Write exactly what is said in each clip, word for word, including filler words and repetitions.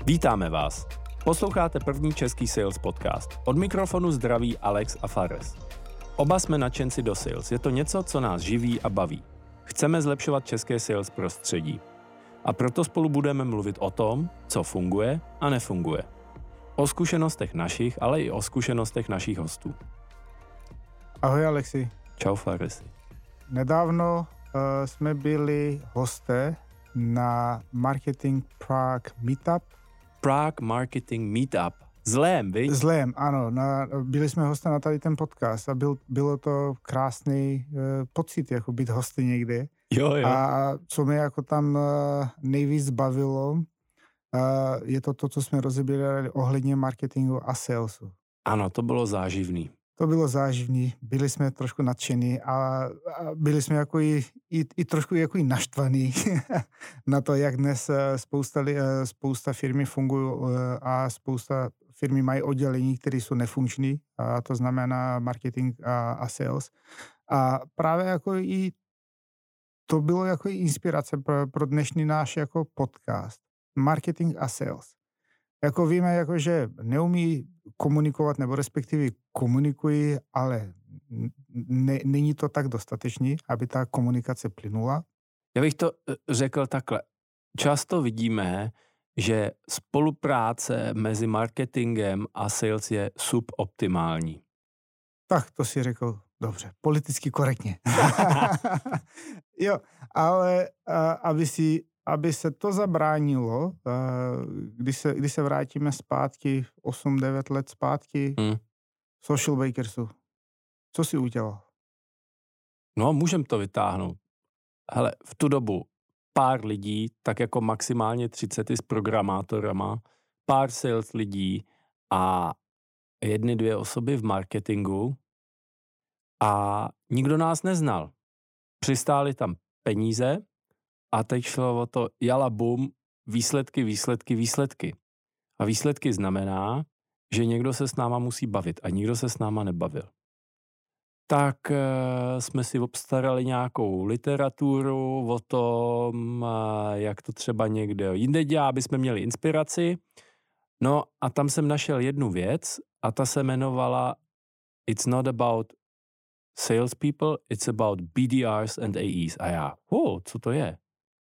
Vítáme vás. Posloucháte první český sales podcast. Od mikrofonu zdraví Alex a Fares. Oba jsme nadšenci do sales. Je to něco, co nás živí a baví. Chceme zlepšovat české sales prostředí. A proto spolu budeme mluvit o tom, co funguje a nefunguje. O zkušenostech našich, ale i o zkušenostech našich hostů. Ahoj Alexi. Čau Faresi. Nedávno uh, jsme byli hosté na Marketing Prague Meetup. Prague Marketing Meetup. Zlém, viď? Zlém, ano. Na, byli jsme hosté na tady ten podcast a byl, bylo to krásný uh, pocit, jako být hosty někde. Jo, jo. A co mě jako tam uh, nejvíc bavilo, uh, je to to, co jsme rozebírali ohledně marketingu a salesu. Ano, to bylo záživný. To bylo záživný, byli jsme trošku nadšení a, a byli jsme jako i, i, i trošku jako i naštvaní na to, jak dnes spousta, spousta firmy fungují a spousta firmy mají oddělení, které jsou nefunkční, a to znamená marketing a, a sales. A právě jako i to bylo jako i inspirace pro, pro dnešní náš jako podcast. Marketing a sales. Jako víme, jako, že neumí komunikovat, nebo respektive komunikují, ale ne, není to tak dostatečný, aby ta komunikace plynula. Já bych to řekl takhle. Často vidíme, že spolupráce mezi marketingem a sales je suboptimální. Tak, to si řekl dobře, politicky korektně. Jo, ale a, aby si aby se to zabránilo, když se, když se vrátíme zpátky, osm devět let zpátky, hmm. Social Bakersu, co jsi udělal? No, můžem to vytáhnout. Hele, v tu dobu pár lidí, tak jako maximálně třicet s programátorama, pár sales lidí a jedny, dvě osoby v marketingu a nikdo nás neznal. Přistály tam peníze, a teď šlo o to jala bum, výsledky, výsledky, výsledky. A výsledky znamená, že někdo se s náma musí bavit a nikdo se s náma nebavil. Tak e, jsme si obstarali nějakou literaturu o tom, e, jak to třeba někde jinde dělá, aby jsme měli inspiraci. No a tam jsem našel jednu věc a ta se jmenovala It's not about salespeople, it's about B D Rs and A Es. A já, oh, co to je?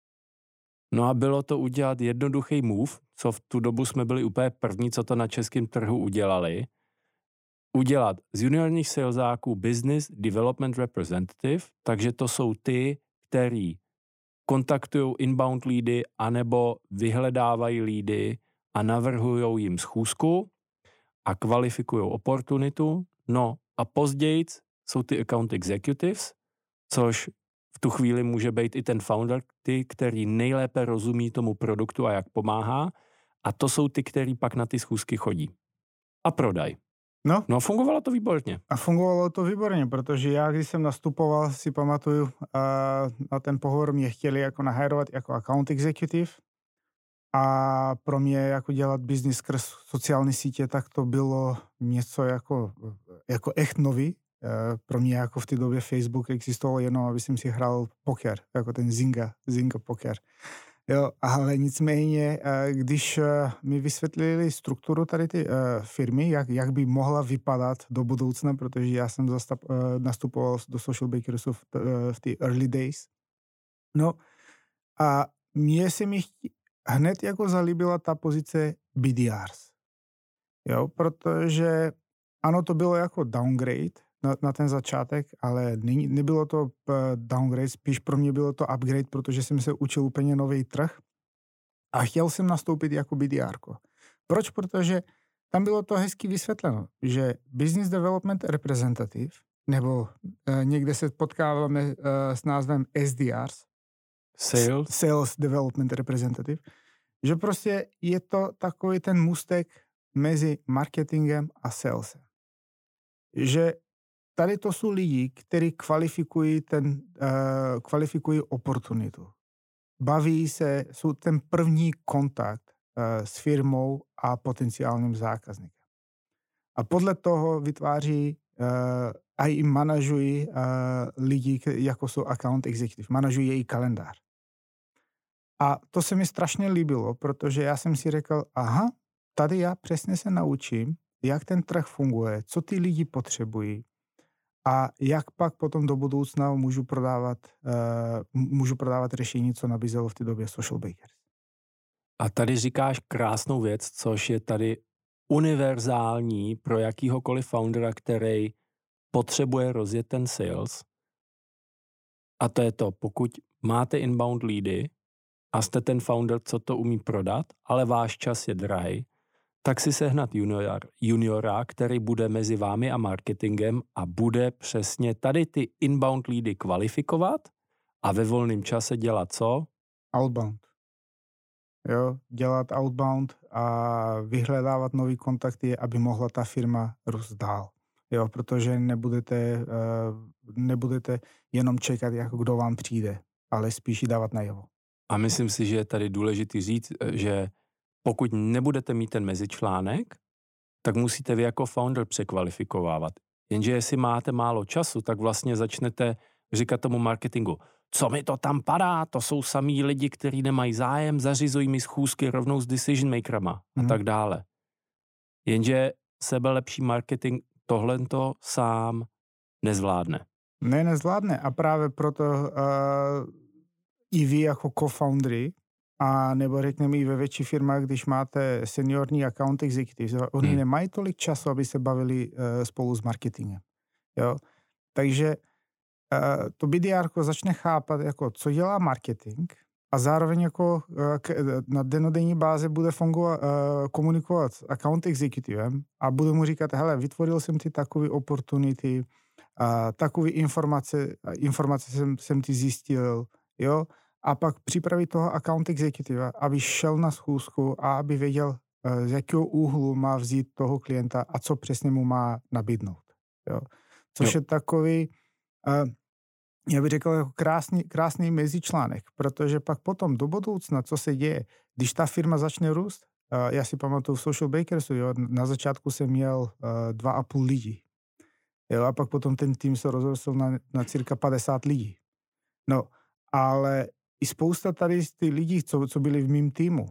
No a bylo to udělat jednoduchý move, co v tu dobu jsme byli úplně první, co to na českém trhu udělali. Udělat z juniorních salesáků business development representative, takže to jsou ty, který kontaktují inbound lídy anebo vyhledávají lídy a navrhují jim schůzku a kvalifikují oportunitu. No a později jsou ty account executives, což v tu chvíli může být i ten founder, ty, který nejlépe rozumí tomu produktu a jak pomáhá. A to jsou ty, který pak na ty schůzky chodí. A prodaj. No. No fungovalo to výborně. A fungovalo to výborně, protože já, když jsem nastupoval, si pamatuju, uh, na ten pohovor mě chtěli jako nahajrovat jako account executive. A pro mě jako dělat biznis skrz sociální sítě, tak to bylo něco jako, jako echt nový. Pro mě jako v té době Facebook existoval jenom, aby jsem si hrál poker, jako ten Zynga, Zynga poker. Jo, ale nicméně, když mi vysvětlili strukturu tady ty firmy, jak, jak by mohla vypadat do budoucna, protože já jsem zastap, nastupoval do Social Bakersu v, v té early days. No a mně se mi hned jako zalíbila ta pozice B D Rs. Jo, protože ano, to bylo jako downgrade, Na, na ten začátek, ale ne, nebylo to downgrade, spíš pro mě bylo to upgrade, protože jsem se učil úplně nový trh a chtěl jsem nastoupit jako B D R ko. Proč? Protože tam bylo to hezky vysvětleno, že Business Development Representative, nebo uh, někde se potkáváme uh, s názvem S D Rs, Sales. Sales Development Representative, že prostě je to takový ten můstek mezi marketingem a salesem. Že tady to jsou lidi, kteří kvalifikují, ten, uh, kvalifikují oportunitu. Baví se, jsou ten první kontakt uh, s firmou a potenciálním zákazníkem. A podle toho vytváří uh, a i manažují uh, lidi, jako jsou account executive, manažují její kalendář. A to se mi strašně líbilo, protože já jsem si řekl, aha, tady já přesně se naučím, jak ten trh funguje, co ty lidi potřebují a jak pak potom do budoucna můžu prodávat, uh, můžu prodávat řešení, co nabízelo v té době Social Bakers. A tady říkáš krásnou věc, což je tady univerzální pro jakýhokoliv foundera, který potřebuje rozjet ten sales. A to je to, pokud máte inbound leady a jste ten founder, co to umí prodat, ale váš čas je drahý, tak si sehnat junior, juniora, který bude mezi vámi a marketingem a bude přesně tady ty inbound leady kvalifikovat a ve volném čase dělat co? Outbound. Jo, dělat outbound a vyhledávat nový kontakty, aby mohla ta firma růst dál. Jo, protože nebudete, uh, nebudete jenom čekat, jako kdo vám přijde, ale spíš ji dávat najevo. A myslím si, že je tady důležitý říct, že pokud nebudete mít ten mezičlánek, tak musíte vy jako founder překvalifikovávat. Jenže jestli máte málo času, tak vlastně začnete říkat tomu marketingu, co mi to tam padá, to jsou samý lidi, kteří nemají zájem, zařizují mi schůzky rovnou s decision makerama a tak dále. Jenže sebelepší marketing tohleto sám nezvládne. Ne, nezvládne a právě proto uh, i vy jako co-foundry a nebo řekněme i ve větší firmách, když máte seniorní account executives, oni hmm. nemají tolik času, aby se bavili uh, spolu s marketingem. Jo? Takže uh, to B D R začne chápat, jako, co dělá marketing a zároveň jako uh, k, na denodenní báze bude fungovat, uh, komunikovat s account executivem a bude mu říkat, hele, vytvořil jsem ti takový opportunity, uh, takové informace, informace jsem, jsem ti zjistil, jo, a pak připravit toho account executiva, aby šel na schůzku a aby věděl, z jakého úhlu má vzít toho klienta a co přesně mu má nabídnout. Jo. Což jo. je takový, já bych řekl, jako krásný, krásný mezičlánek, protože pak potom do budoucna, co se děje, když ta firma začne růst, já si pamatuju v Social Bakersu, jo, na začátku jsem měl dva a půl lidí. Jo, a pak potom ten tým se rozrostl na, na cirka padesát lidí. No, ale i spousta tady z těch lidí, co, co byli v mým týmu,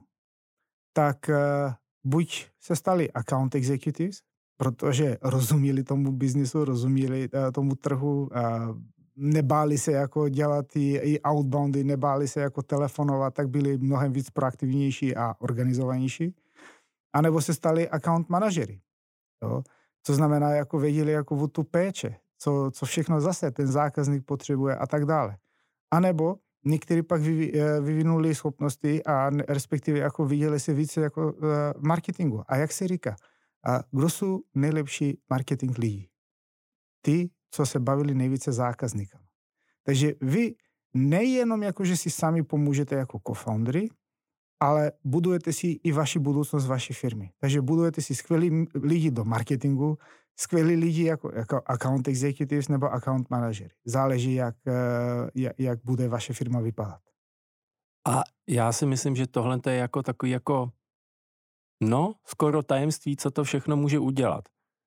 tak uh, buď se stali account executives, protože rozuměli tomu biznisu, rozuměli uh, tomu trhu, uh, nebáli se jako dělat i, i outboundy, nebáli se jako telefonovat, tak byli mnohem víc proaktivnější a organizovanější. A nebo se stali account manažery. Jo? Co znamená, jako věděli jako o tu péče, co, co všechno zase ten zákazník potřebuje a tak dále. A nebo někteří pak vyvinuli schopnosti a respektive jako viděli se více jako uh, marketingu. A jak se říká, a kdo jsou nejlepší marketing lidí? Ty, co se bavili nejvíce zákazníkama. Takže vy nejenom jako, že si sami pomůžete jako co-foundry, ale budujete si i vaši budoucnost vaší firmy. Takže budujete si skvělí lidi do marketingu, skvělí lidi jako, jako account executives nebo account manažery. Záleží, jak, jak, jak bude vaše firma vypadat. A já si myslím, že tohle je jako takový jako, no, skoro tajemství, co to všechno může udělat.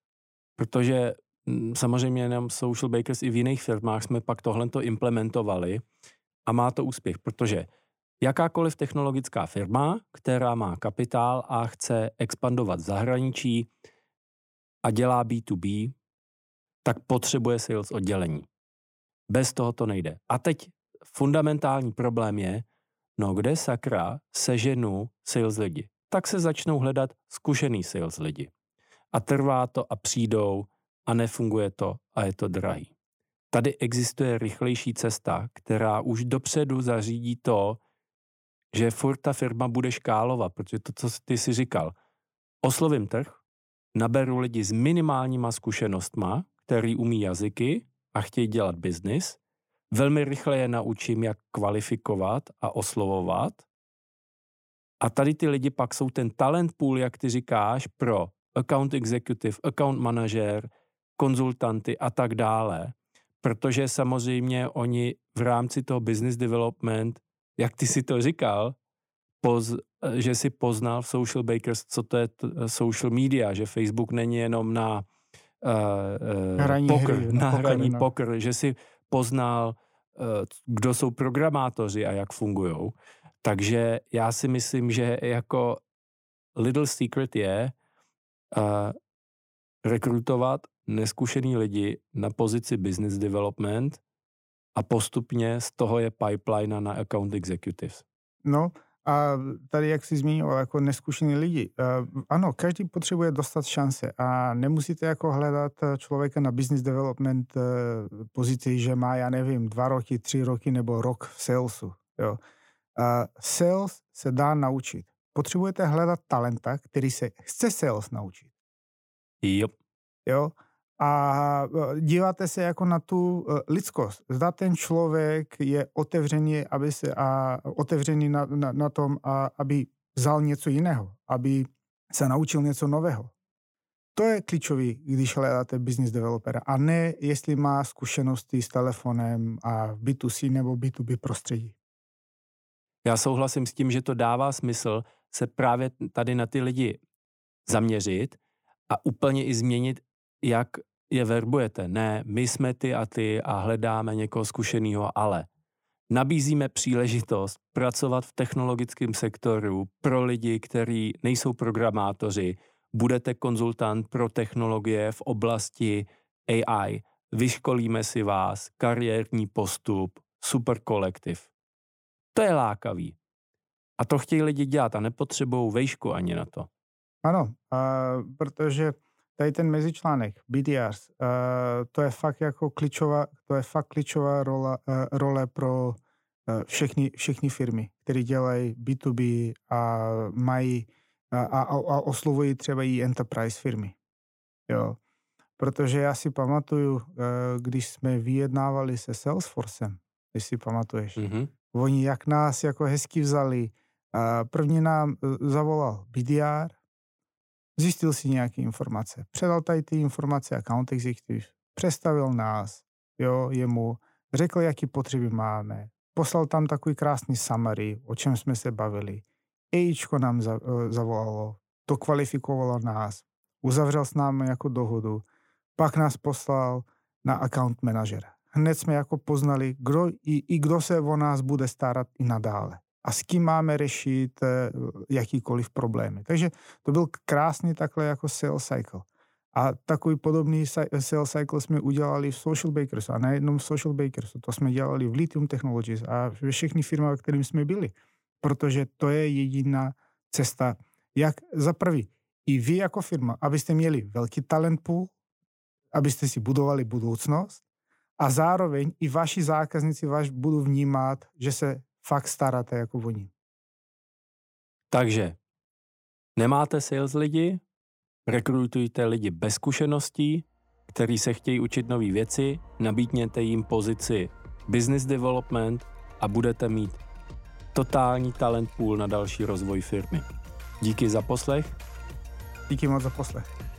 Protože samozřejmě jenom Social Bakers i v jiných firmách jsme pak tohle implementovali a má to úspěch, protože jakákoliv technologická firma, která má kapitál a chce expandovat v zahraničí a dělá bé dvě bé, tak potřebuje sales oddělení. Bez toho to nejde. A teď fundamentální problém je, no kde sakra seženu sales lidi? Tak se začnou hledat zkušený sales lidi. A trvá to a přijdou a nefunguje to a je to drahý. Tady existuje rychlejší cesta, která už dopředu zařídí to, že furt ta firma bude škálovat, protože to, co ty si říkal, oslovím trh, naberu lidi s minimálníma zkušenostma, který umí jazyky a chtějí dělat biznis, velmi rychle je naučím, jak kvalifikovat a oslovovat. A tady ty lidi pak jsou ten talent pool, jak ty říkáš, pro account executive, account manager, konzultanty a tak dále, protože samozřejmě oni v rámci toho business development, jak ty si to říkal, poz, že si poznal v Social Bakers, co to je t- social media, že Facebook není jenom na uh, hraní poker, hry, na na hraní poker, no. poker, že si poznal, uh, kdo jsou programátoři a jak fungujou, Takže já si myslím, že jako little secret je uh, rekrutovat neskušený lidi na pozici business development a postupně z toho je pipeline na account executives. No a tady, jak jsi zmínil, jako neskušený lidi. Uh, ano, každý potřebuje dostat šance a nemusíte jako hledat člověka na business development uh, pozici, že má, já nevím, dva roky, tři roky nebo rok v salesu. Jo. Uh, sales se dá naučit. Potřebujete hledat talenta, který se chce sales naučit. Jo. Jo. A díváte se jako na tu lidskost. Zda ten člověk je otevřený, aby se, a otevřený na, na, na tom, a, aby vzal něco jiného, aby se naučil něco nového. To je klíčový, když hledáte business developera. A ne, jestli má zkušenosti s telefonem a v bé dvě cé nebo bé dvě bé prostředí. Já souhlasím s tím, že to dává smysl se právě tady na ty lidi zaměřit a úplně i změnit, jak je verbujete. Ne, my jsme ty a ty a hledáme někoho zkušeného, ale nabízíme příležitost pracovat v technologickém sektoru pro lidi, kteří nejsou programátoři. Budete konzultant pro technologie v oblasti A I. Vyškolíme si vás, kariérní postup, super kolektiv. To je lákavý. A to chtějí lidi dělat a nepotřebují vejšku ani na to. Ano, uh, protože tady ten mezičlánek, B D Rs, uh, to je fakt jako klíčová, to je fakt klíčová rola, uh, role pro uh, všechny, všechny firmy, které dělají B dvě B a mají a, a, a oslovují třeba i enterprise firmy. Jo. Protože já si pamatuju, uh, když jsme vyjednávali se Salesforcem, když si pamatuješ, mm-hmm. Oni jak nás jako hezky vzali. Uh, první nám uh, zavolal B D R, zjistil si nějaké informace, předal tady ty informace account executive, představil nás, jo, jemu, řekl, jaký potřeby máme, poslal tam takový krásný summary, o čem jsme se bavili. EIčko nám za, uh, zavolalo, to kvalifikovalo nás, uzavřel s námi jako dohodu, pak nás poslal na account manažera. Hned jsme jako poznali, kdo, i, i kdo se o nás bude starat i nadále. A s kým máme řešit jakýkoliv problémy. Takže to byl krásný takhle jako sales cycle. A takový podobný sales cycle jsme udělali v Social Bakers a nejenom v Social Bakers. To jsme dělali v Lithium Technologies a ve všechny firmy, kterým jsme byli. Protože to je jediná cesta, jak za prvý i vy jako firma, abyste měli velký talent pool, abyste si budovali budoucnost a zároveň i vaši zákazníci vás budou vnímat, že se fakt staráte jako oni. Takže nemáte sales lidi, rekrutujte lidi bez zkušeností, kteří se chtějí učit nové věci, nabídněte jim pozici business development a budete mít totální talent pool na další rozvoj firmy. Díky za poslech. Díky moc za poslech.